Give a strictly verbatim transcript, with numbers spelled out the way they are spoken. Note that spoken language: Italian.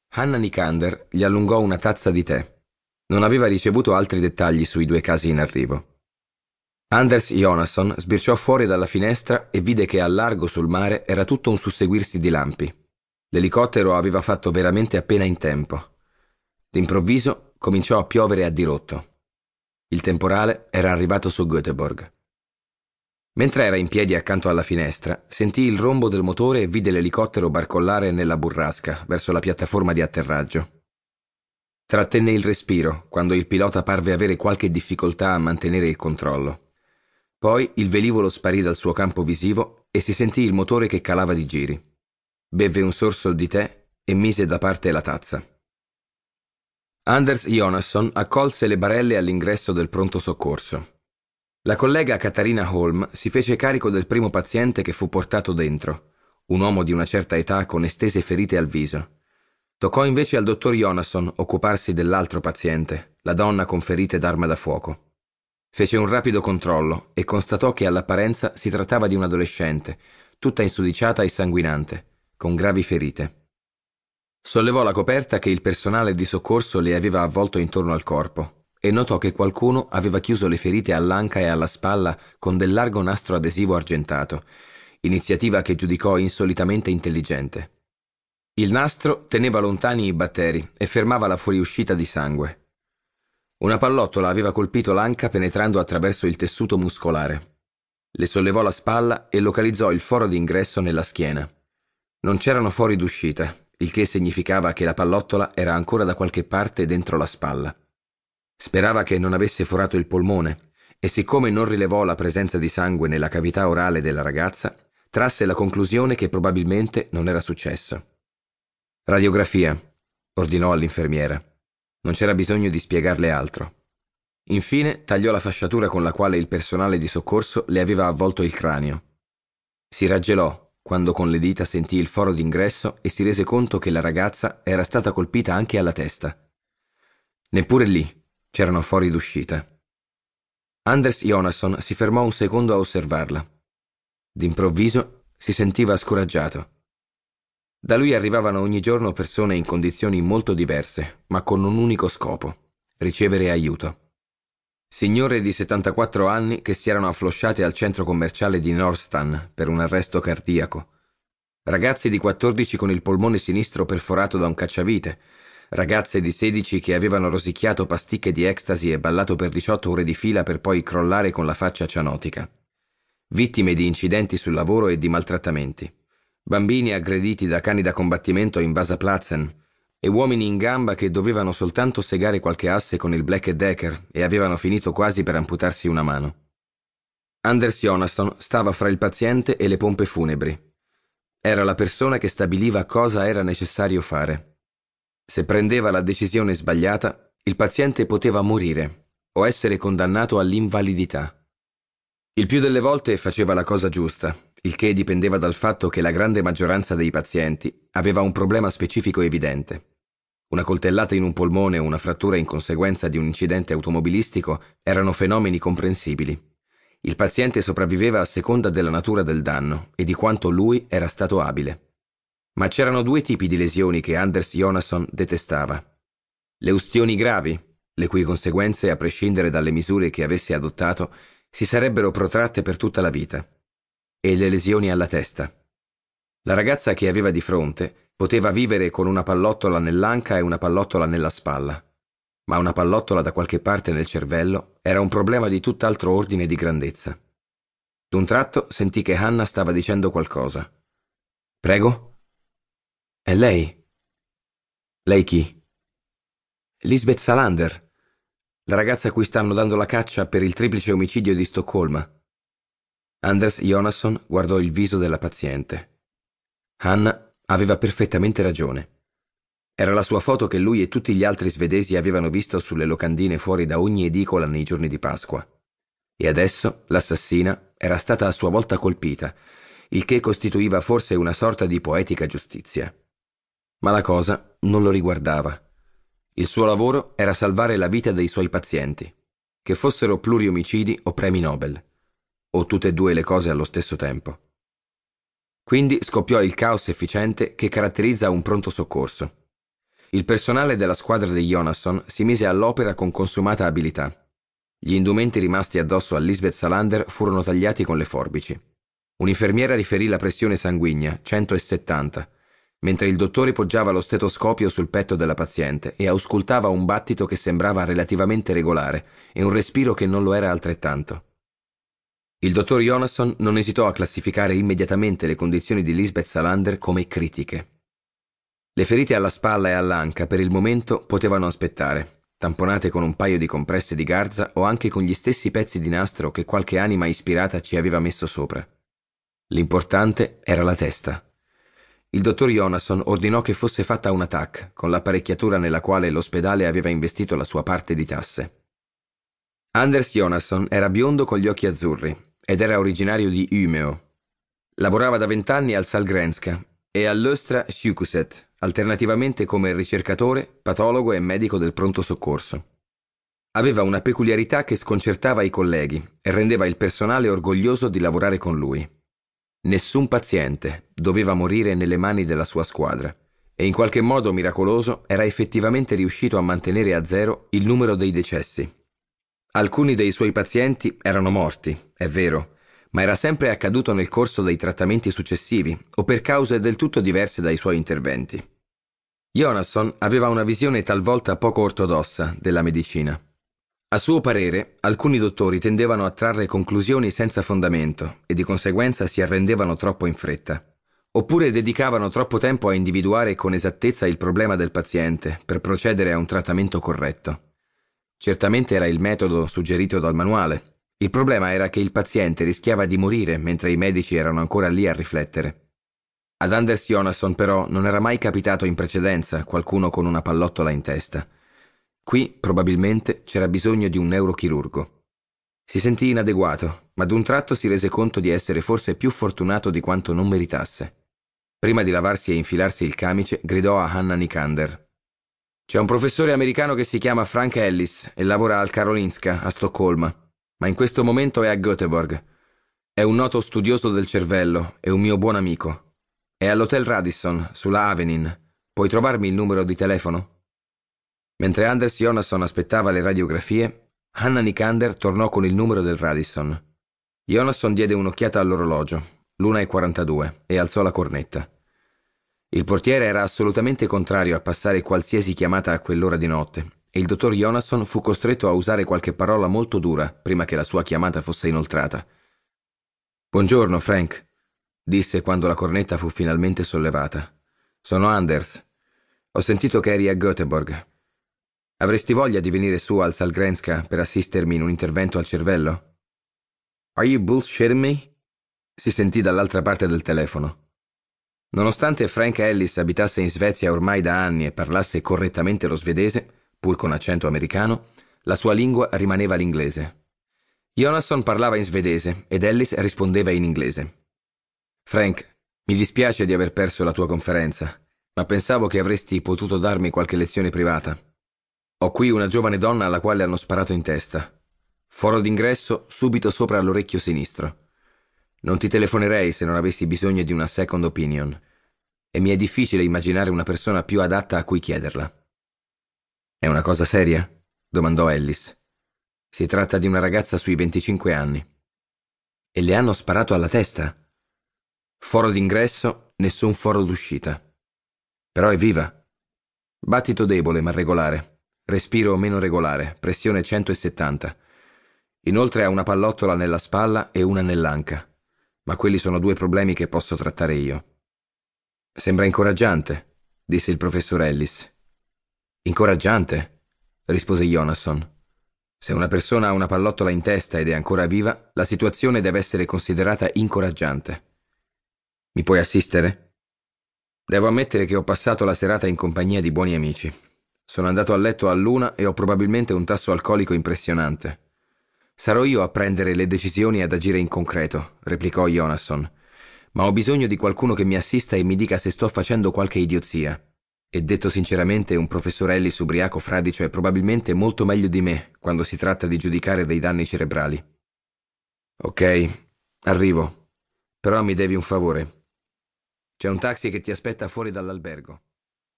Hanna Nikander gli allungò una tazza di tè. Non aveva ricevuto altri dettagli sui due casi in arrivo. Anders Jonasson sbirciò fuori dalla finestra e vide che al largo sul mare era tutto un susseguirsi di lampi. L'elicottero aveva fatto veramente appena in tempo. D'improvviso cominciò a piovere a dirotto. Il temporale era arrivato su Göteborg. Mentre era in piedi accanto alla finestra, sentì il rombo del motore e vide l'elicottero barcollare nella burrasca verso la piattaforma di atterraggio. Trattenne il respiro quando il pilota parve avere qualche difficoltà a mantenere il controllo. Poi il velivolo sparì dal suo campo visivo e si sentì il motore che calava di giri. Bevve un sorso di tè e mise da parte la tazza. Anders Jonasson accolse le barelle all'ingresso del pronto soccorso. La collega Katarina Holm si fece carico del primo paziente che fu portato dentro, un uomo di una certa età con estese ferite al viso. Toccò invece al dottor Jonasson occuparsi dell'altro paziente, la donna con ferite d'arma da fuoco. Fece un rapido controllo e constatò che all'apparenza si trattava di un'adolescente, tutta insudiciata e sanguinante, con gravi ferite. Sollevò la coperta che il personale di soccorso le aveva avvolto intorno al corpo e notò che qualcuno aveva chiuso le ferite all'anca e alla spalla con del largo nastro adesivo argentato, iniziativa che giudicò insolitamente intelligente. Il nastro teneva lontani i batteri e fermava la fuoriuscita di sangue. Una pallottola aveva colpito l'anca penetrando attraverso il tessuto muscolare. Le sollevò la spalla e localizzò il foro d'ingresso nella schiena. Non c'erano fori d'uscita, il che significava che la pallottola era ancora da qualche parte dentro la spalla. Sperava che non avesse forato il polmone e siccome non rilevò la presenza di sangue nella cavità orale della ragazza, trasse la conclusione che probabilmente non era successo. Radiografia, ordinò all'infermiera. Non c'era bisogno di spiegarle altro. Infine tagliò la fasciatura con la quale il personale di soccorso le aveva avvolto il cranio. Si raggelò quando con le dita sentì il foro d'ingresso e si rese conto che la ragazza era stata colpita anche alla testa. Neppure lì c'erano fori d'uscita. Anders Jonasson si fermò un secondo a osservarla. D'improvviso si sentiva scoraggiato. Da lui arrivavano ogni giorno persone in condizioni molto diverse, ma con un unico scopo: ricevere aiuto. Signore di settantaquattro anni che si erano afflosciate al centro commerciale di Nordstan per un arresto cardiaco. Ragazzi di quattordici con il polmone sinistro perforato da un cacciavite. Ragazze di sedici che avevano rosicchiato pasticche di ecstasy e ballato per diciotto ore di fila per poi crollare con la faccia cianotica. Vittime di incidenti sul lavoro e di maltrattamenti. Bambini aggrediti da cani da combattimento in Vasaplatzen e uomini in gamba che dovevano soltanto segare qualche asse con il Black Decker e avevano finito quasi per amputarsi una mano. Anders Jonasson stava fra il paziente e le pompe funebri. Era la persona che stabiliva cosa era necessario fare. Se prendeva la decisione sbagliata, il paziente poteva morire o essere condannato all'invalidità. Il più delle volte faceva la cosa giusta, il che dipendeva dal fatto che la grande maggioranza dei pazienti aveva un problema specifico evidente. Una coltellata in un polmone o una frattura in conseguenza di un incidente automobilistico erano fenomeni comprensibili. Il paziente sopravviveva a seconda della natura del danno e di quanto lui era stato abile. Ma c'erano due tipi di lesioni che Anders Jonasson detestava. Le ustioni gravi, le cui conseguenze, a prescindere dalle misure che avesse adottato, si sarebbero protratte per tutta la vita, e le lesioni alla testa. La ragazza che aveva di fronte poteva vivere con una pallottola nell'anca e una pallottola nella spalla, ma una pallottola da qualche parte nel cervello era un problema di tutt'altro ordine di grandezza. D'un tratto sentì che Hanna stava dicendo qualcosa. «Prego?» «È lei?» «Lei chi?» «Lisbeth Salander, la ragazza a cui stanno dando la caccia per il triplice omicidio di Stoccolma». Anders Jonasson guardò il viso della paziente. Hanna aveva perfettamente ragione. Era la sua foto che lui e tutti gli altri svedesi avevano visto sulle locandine fuori da ogni edicola nei giorni di Pasqua. E adesso l'assassina era stata a sua volta colpita, il che costituiva forse una sorta di poetica giustizia. Ma la cosa non lo riguardava. Il suo lavoro era salvare la vita dei suoi pazienti, che fossero pluriomicidi o premi Nobel, o tutte e due le cose allo stesso tempo. Quindi scoppiò il caos efficiente che caratterizza un pronto soccorso. Il personale della squadra di Jonasson si mise all'opera con consumata abilità. Gli indumenti rimasti addosso a Lisbeth Salander furono tagliati con le forbici. Un'infermiera riferì la pressione sanguigna, centosettanta, mentre il dottore poggiava lo stetoscopio sul petto della paziente e auscultava un battito che sembrava relativamente regolare e un respiro che non lo era altrettanto. Il dottor Jonasson non esitò a classificare immediatamente le condizioni di Lisbeth Salander come critiche. Le ferite alla spalla e all'anca per il momento potevano aspettare, tamponate con un paio di compresse di garza o anche con gli stessi pezzi di nastro che qualche anima ispirata ci aveva messo sopra. L'importante era la testa. Il dottor Jonasson ordinò che fosse fatta una T A C con l'apparecchiatura nella quale l'ospedale aveva investito la sua parte di tasse. Anders Jonasson era biondo con gli occhi azzurri ed era originario di Umeå. Lavorava da vent'anni al Sahlgrenska e all'Östra Sjukhuset, alternativamente come ricercatore, patologo e medico del pronto soccorso. Aveva una peculiarità che sconcertava i colleghi e rendeva il personale orgoglioso di lavorare con lui. Nessun paziente doveva morire nelle mani della sua squadra e in qualche modo miracoloso era effettivamente riuscito a mantenere a zero il numero dei decessi. Alcuni dei suoi pazienti erano morti, è vero, ma era sempre accaduto nel corso dei trattamenti successivi o per cause del tutto diverse dai suoi interventi. Jonasson aveva una visione talvolta poco ortodossa della medicina. A suo parere, alcuni dottori tendevano a trarre conclusioni senza fondamento e di conseguenza si arrendevano troppo in fretta, oppure dedicavano troppo tempo a individuare con esattezza il problema del paziente per procedere a un trattamento corretto. Certamente era il metodo suggerito dal manuale. Il problema era che il paziente rischiava di morire mentre i medici erano ancora lì a riflettere. Ad Anders Jonasson però non era mai capitato in precedenza qualcuno con una pallottola in testa. Qui, probabilmente, c'era bisogno di un neurochirurgo. Si sentì inadeguato, ma d'un tratto si rese conto di essere forse più fortunato di quanto non meritasse. Prima di lavarsi e infilarsi il camice, gridò a Hanna Nikander. «C'è un professore americano che si chiama Frank Ellis e lavora al Karolinska, a Stoccolma, ma in questo momento è a Göteborg. È un noto studioso del cervello e un mio buon amico. È all'Hotel Radisson, sulla Avenyn. Puoi trovarmi il numero di telefono?» Mentre Anders Jonasson aspettava le radiografie, Hanna Nikander tornò con il numero del Radisson. Jonasson diede un'occhiata all'orologio, l'una e quarantadue, e alzò la cornetta. Il portiere era assolutamente contrario a passare qualsiasi chiamata a quell'ora di notte, e il dottor Jonasson fu costretto a usare qualche parola molto dura prima che la sua chiamata fosse inoltrata. «Buongiorno, Frank», disse quando la cornetta fu finalmente sollevata. «Sono Anders. Ho sentito che eri a Göteborg. Avresti voglia di venire su al Sahlgrenska per assistermi in un intervento al cervello?» «Are you bullshitting me?» si sentì dall'altra parte del telefono. Nonostante Frank Ellis abitasse in Svezia ormai da anni e parlasse correttamente lo svedese, pur con accento americano, la sua lingua rimaneva l'inglese. Jonasson parlava in svedese ed Ellis rispondeva in inglese. «Frank, mi dispiace di aver perso la tua conferenza, ma pensavo che avresti potuto darmi qualche lezione privata. Ho qui una giovane donna alla quale hanno sparato in testa. Foro d'ingresso subito sopra l'orecchio sinistro. Non ti telefonerei se non avessi bisogno di una second opinion, e mi è difficile immaginare una persona più adatta a cui chiederla». «È una cosa seria?» domandò Ellis. «Si tratta di una ragazza sui venticinque anni». «E le hanno sparato alla testa?» «Foro d'ingresso, nessun foro d'uscita. Però è viva. Battito debole ma regolare. Respiro meno regolare, pressione centosettanta. Inoltre ha una pallottola nella spalla e una nell'anca. Ma quelli sono due problemi che posso trattare io». «Sembra incoraggiante», disse il professor Ellis. «Incoraggiante?» rispose Jonasson. «Se una persona ha una pallottola in testa ed è ancora viva, la situazione deve essere considerata incoraggiante. Mi puoi assistere?» «Devo ammettere che ho passato la serata in compagnia di buoni amici. Sono andato a letto all'una e ho probabilmente un tasso alcolico impressionante. Sarò io a prendere le decisioni e ad agire in concreto», replicò Jonasson. «Ma ho bisogno di qualcuno che mi assista e mi dica se sto facendo qualche idiozia. E detto sinceramente, un professor Ellis ubriaco fradicio è probabilmente molto meglio di me quando si tratta di giudicare dei danni cerebrali». «Ok, arrivo. Però mi devi un favore. C'è un taxi che ti aspetta fuori dall'albergo».